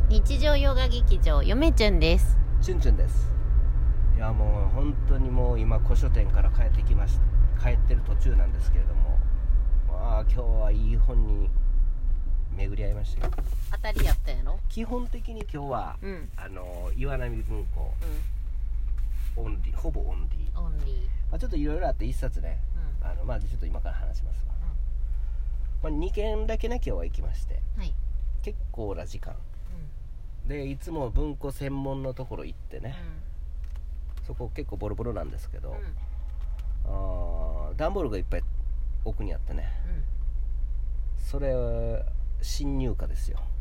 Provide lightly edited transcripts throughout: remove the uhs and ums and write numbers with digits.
日常ヨガ劇場よめちゅんです。 チュンチュンです。いやもう本当にもう今古書店から帰ってる途中なんですけれども、今日はいい本に巡り合いましたよ。 当たりやったやろ。 基本的に今日は、岩波文庫、オンリー、ほぼオンリー、ちょっといろいろあって一冊ね、ちょっと今から話しますわ。2軒だけね今日は行きまして、結構な時間、でいつも文庫専門のところ行ってね、そこ結構ボロボロなんですけど、段ボールがいっぱい奥にあってね、それ新入荷ですよ。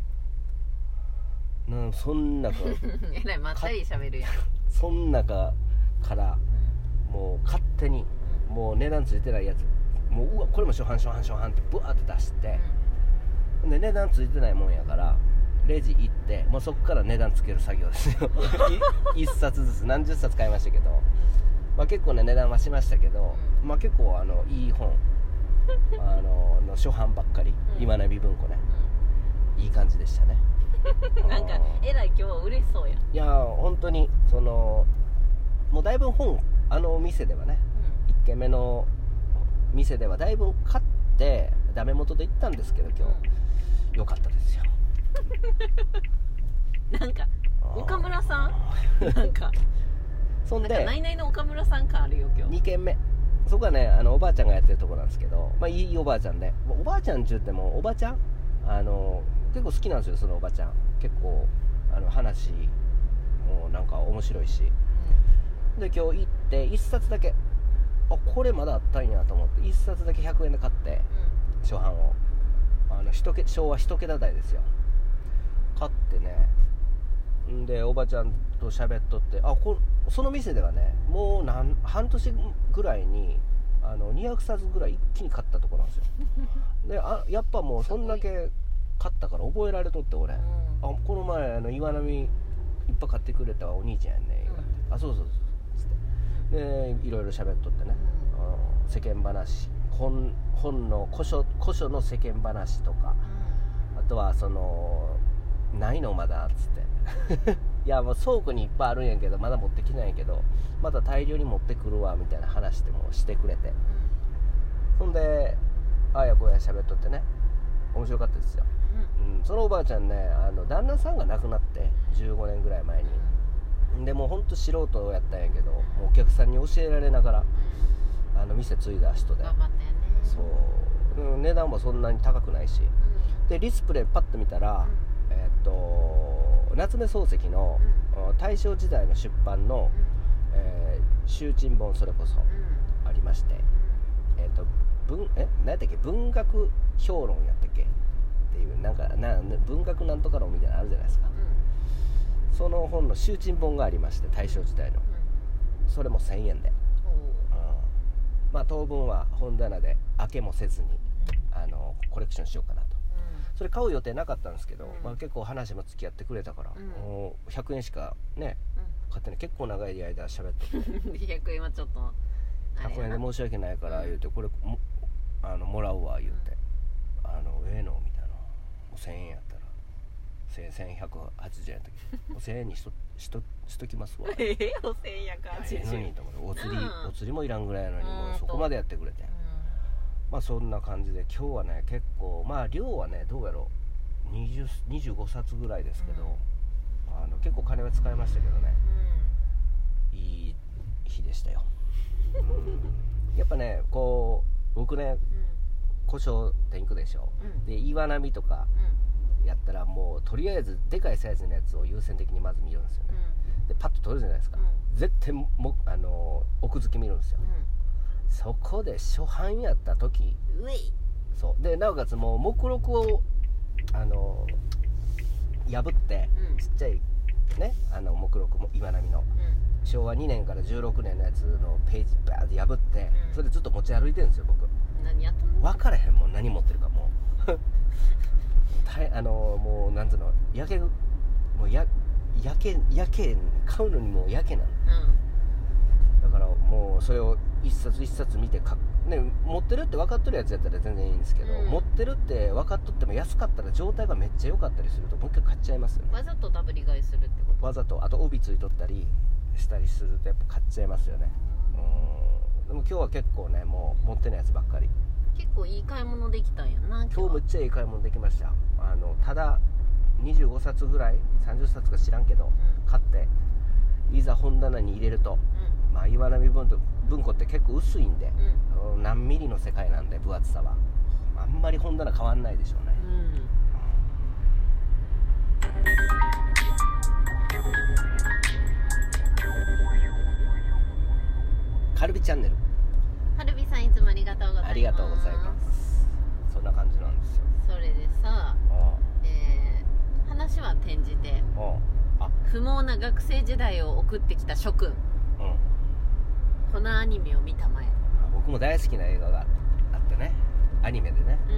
そん中えらいまったり喋るやん。 そん中からもう勝手にもう値段ついてないやつ、もうこれも初版ってブワーって出して、で値段ついてないもんやからレジ行って、もうそこから値段つける作業ですよ一冊ずつ何十冊買いましたけど、結構ね値段はしましたけど、結構いい本の初版ばっかり、今波文庫ね、いい感じでしたねなんかえらい今日は嬉しそうや。 いや本当にもうだいぶ本店ではね、1軒目の店ではだいぶ買ってダメ元で行ったんですけど、今日良かったですよなんか岡村さんなんかそんでナイナイの岡村さん感あるよ今日。 2軒目、そこはねおばあちゃんがやってるとこなんですけど、いいおばあちゃんで、おばあちゃんって言ってもおばちゃん結構好きなんですよ、そのおばちゃん。結構話もなんか面白いし、で今日行って1冊だけ、これまだあったんやと思って1冊だけ100円で買って、初版を昭和1桁台ですよ、買ってね。でおばちゃんと喋っとって、その店ではねもう半年ぐらいに200冊ぐらい一気に買ったところなんですよでやっぱもうそんだけ買ったから覚えられとって、俺、この前岩波いっぱい買ってくれたお兄ちゃんやね言われて、そうつってでいろいろ喋っとってね、世間話、本の古書の世間話とか、あとはないのまだっつっていやもう倉庫にいっぱいあるんやけどまだ持ってきないけどまた大量に持ってくるわみたいな話でもしてくれて、そんであやこや喋っとってね、面白かったですよ。そのおばあちゃんね旦那さんが亡くなって15年ぐらい前に、でもうほんと素人やったんやけど、もうお客さんに教えられながら店継いだ人で、そう値段もそんなに高くないし、でディスプレイパッと見たら、夏目漱石の大正時代の出版の集珍本、それこそありまして、何やったっけ、文学評論やったっけっていう、文学なんとか論みたいなのあるじゃないですか、その本の集珍本がありまして、大正時代の、それも1000円で、当分は本棚で開けもせずにコレクションしようかなと。それ買う予定なかったんですけど、結構話も付き合ってくれたから、もう100円しかね買ってね、結構長い間喋っとって 100円はちょっと 100円で申し訳ないから言うて、これもらうわ言うて、ええのみたいな、もう1000円やったら1180円やったけどもう1000円にしときますわ 1180円と思って、お釣りもいらんぐらいやのにもうそこまでやってくれて、そんな感じで今日はね結構量はねどうやろう25冊ぐらいですけど、結構金は使いましたけどね、いい日でしたよやっぱね僕ね、古書店行くでしょ、で岩波とかやったらもうとりあえずでかいサイズのやつを優先的にまず見るんですよね、でパッと取るじゃないですか、絶対奥付け見るんですよ、そこで初版やった時、そうでなおかつもう目録を破って、ちっちゃいね目録も岩波の、昭和2年から16年のやつのページバーって破って、それでずっと持ち歩いてるんですよ僕。 何やったの？ 分からへんもん、何持ってるかもうもうなんつうの、もうやけ買うのにもうやけなの、だからもうそれを一冊一冊見てね、持ってるって分かっとるやつやったら全然いいんですけど、 うん持ってるって分かっとっても安かったら状態がめっちゃ良かったりするともう一回買っちゃいますよね。 わざとダブり買いするってこと？ わざと、あと帯ついとったりしたりするとやっぱ買っちゃいますよね。でも今日は結構ね、もう持ってないやつばっかり。 結構いい買い物できたんやな今日むっちゃいい買い物できました。ただ25冊ぐらい30冊か知らんけど、買っていざ本棚に入れると、まあ岩波文庫って結構薄いんで、何ミリの世界なんで分厚さはあんまり本棚変わんないでしょうね。カルビチャンネル、 はるびさんいつもありがとうございます。 ありがとうございます。そんな感じなんですよ。 それでさ、話は転じて不毛な学生時代を送ってきた諸君、このアニメを見たまえ。 僕も大好きな映画があってね、アニメでね、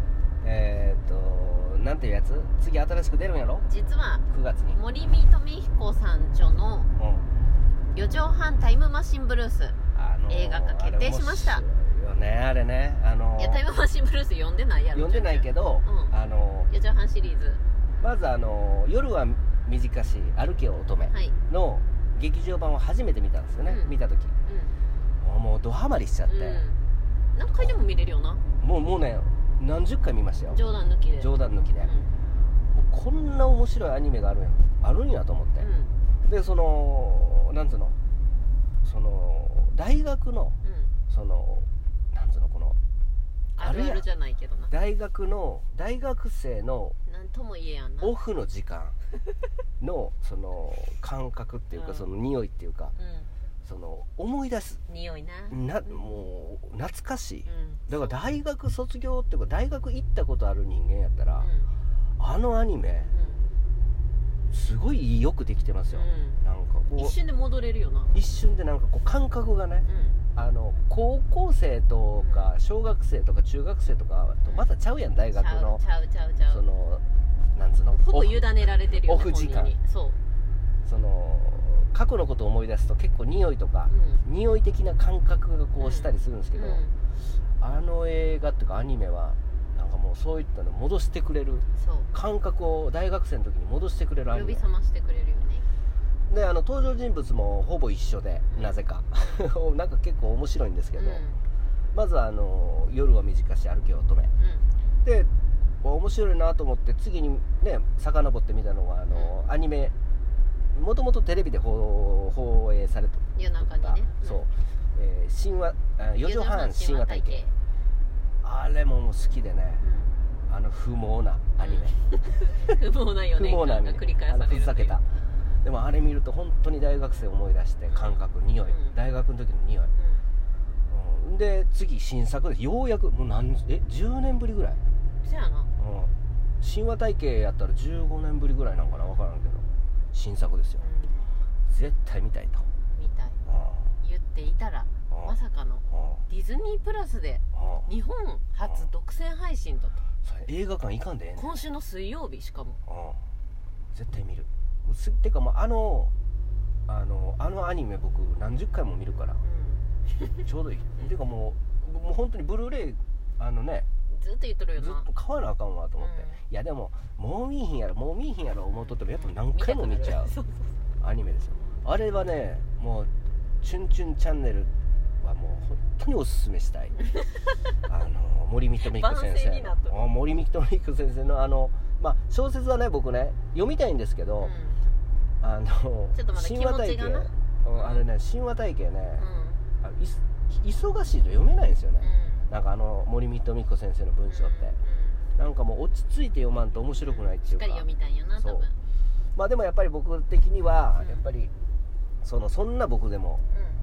なんていうやつ、次新しく出るんやろ。 実は 9月に森見富彦さん著の4畳半タイムマシンブルース、映画化決定しました。 あれ面白いよね、あれね。 いやタイムマシンブルース読んでないやろ。 読んでないけど、 4畳半シリーズ、 まず夜は短し歩けよ乙女の劇場版を初めて見たんですよね。見た時、もうドハマりしちゃって、 何回でも見れるよな。 もうね、何十回見ましたよ。 冗談抜きで。 もうこんな面白いアニメがあるんやと思って、でなんつうの、大学の、なんつうの、このあるあるじゃないけどな、 大学生のなんとも言えやんな、 オフの時間の感覚っていうか、その匂いっていうか、思い出す匂いな、 もう懐かしい、だから大学卒業っていうか大学行ったことある人間やったら、あのアニメ、すごいよくできてますよ、なんかこう一瞬で戻れるよな。 一瞬でなんかこう感覚がね、高校生とか小学生とか中学生とかとまたちゃうやん、大学のちゃうなんつうの、 ほぼ委ねられてるよね、 オフ時間に。 そう、 過去のことを思い出すと結構匂いとか、匂い的な感覚がこうしたりするんですけど、あの映画っていうかアニメはなんかもうそういったの戻してくれる、感覚を大学生の時に戻してくれるアニメ、 呼び覚ましてくれるよね。 で登場人物もほぼ一緒で、なぜかなんか結構面白いんですけど、まず夜は短し歩けよ乙女、で面白いなと思って次にね遡ってみたのがアニメ、もともとテレビで放映されて夜中にね、 そう、4畳半神話体系、あれも好きでね、不毛なアニメ不毛な4年間が繰り返される、 ふざけた。でもあれ見ると本当に大学生を思い出して、感覚、匂い、大学の時の匂い、で次新作です。ようやくもう10年ぶりぐらい。 そうやな、 神話体系やったら15年ぶりぐらいなんかな、分からんけど新作ですよ、絶対見たいと。 見たい言っていたら、まさかのディズニープラスで日本初独占配信と、 映画館行かんでええねん。 今週の水曜日、しかも絶対見る。てかもうあのアニメ僕何十回も見るから、ちょうどいい。てかもう本当にブルーレイずっと言っとるよな、 ずっと買わなあかんわと思って、いやでももう見いひんやろ思っとってもやっぱ何回も見ちゃうアニメですよ。あれはね、もうチュンチュンチャンネルはもう本当におすすめしたい森見富彦先生の、森見富彦先生の小説はね、僕ね読みたいんですけど、 ちょっとまだ気持ちがな、 あれね、神話体系ね、忙しいと読めないんですよね、なんか森見富彦先生の文章って、なんかもう落ち着いて読まんと面白くないっていうか、 しっかり読みたいよな、多分。 でもやっぱり僕的には、やっぱりそんな僕でも、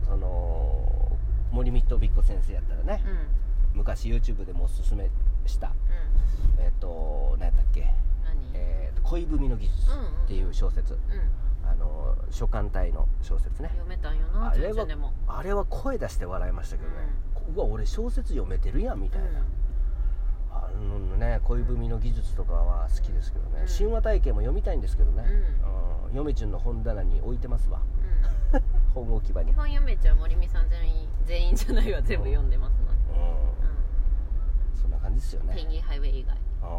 森見富彦先生やったらね、昔 YouTube でもおすすめした、何やったっけ、恋文の技術っていう小説、書簡体の小説ね、 読めたんよな。 あれは声出して笑いましたけどね、うわ俺小説読めてるやんみたいな、恋文の技術とかは好きですけどね、神話体系も読みたいんですけどね、嫁ちゅんの本棚に置いてますわ、本置き場に。 本嫁ちゃん森美さん全員じゃないわ、全部読んでますので、 感じですよね。 ペンギンハイウェイ以外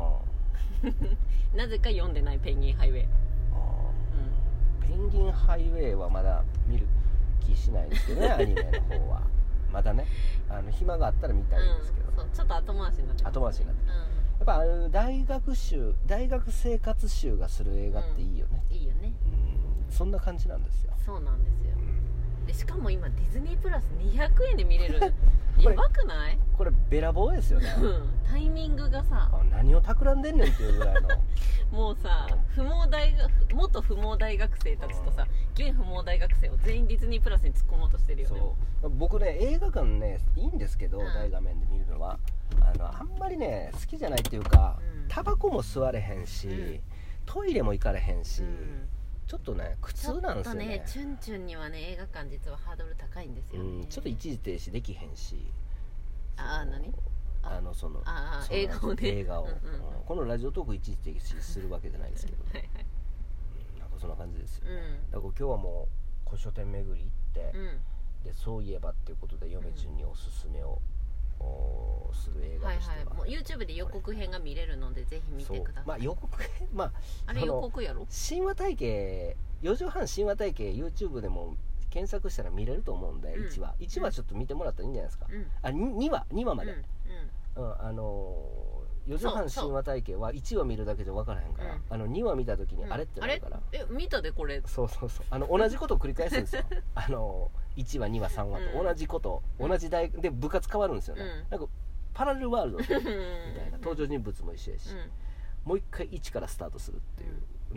なぜか読んでないペンギンハイウェイ。 ペンギンハイウェイはまだ見る気しないですけどねアニメの方はまだね、暇があったら見たいんですけど、 そうちょっと後回しになってます。 後回しになってる、やっぱ大学生活集がする映画っていいよね、 いいよね。 そんな感じなんですよ。 そうなんですよ。でしかも今ディズニープラス200円で見れるやばくない？ これベラボーですよねタイミングがさ、 何を企んでんねんっていうぐらいのもうさ、元不毛大学生たちとさ、現不毛大学生を全員ディズニープラスに突っ込もうとしてるよね。 そう僕ね、映画館ねいいんですけど、大画面で見るのはあんまりね好きじゃないっていうか、タバコも吸われへんし、トイレも行かれへんし、ちょっとね苦痛なんですよね。 ちょっとね、チュンチュンにはね映画館実はハードル高いんですよね。 ちょっと一時停止できへんし、 何？映画を、 このラジオトーク一時停止するわけじゃないですけど、はい、なんかそんな感じですよね。だから今日はもう古書店巡り行って、でそういえばっていうことで嫁順におすすめをする映画としては、 もう YouTube で予告編が見れるのでぜひ見てください。 予告編、 あれ予告やろ。 神話体系4畳半神話体系 YouTube でも検索したら見れると思うんで、1話ちょっと見てもらったらいいんじゃないですか。2話まで、4畳半神話体系は1話見るだけじゃ分からへんから、2話見た時にあれってなるから、 見たでこれ。 そう同じことを繰り返すんですよ1話2話3話と同じこと、同じで部活変わるんですよね、なんかパラレルワールドみたいな登場人物も一緒やし、もう一回1からスタートするっていう、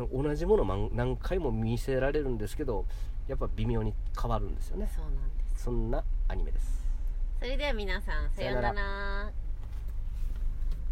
同じものを何回も見せられるんですけど、やっぱ微妙に変わるんですよね。 そうなんです。 そんなアニメです。 それでは皆さんさようなら。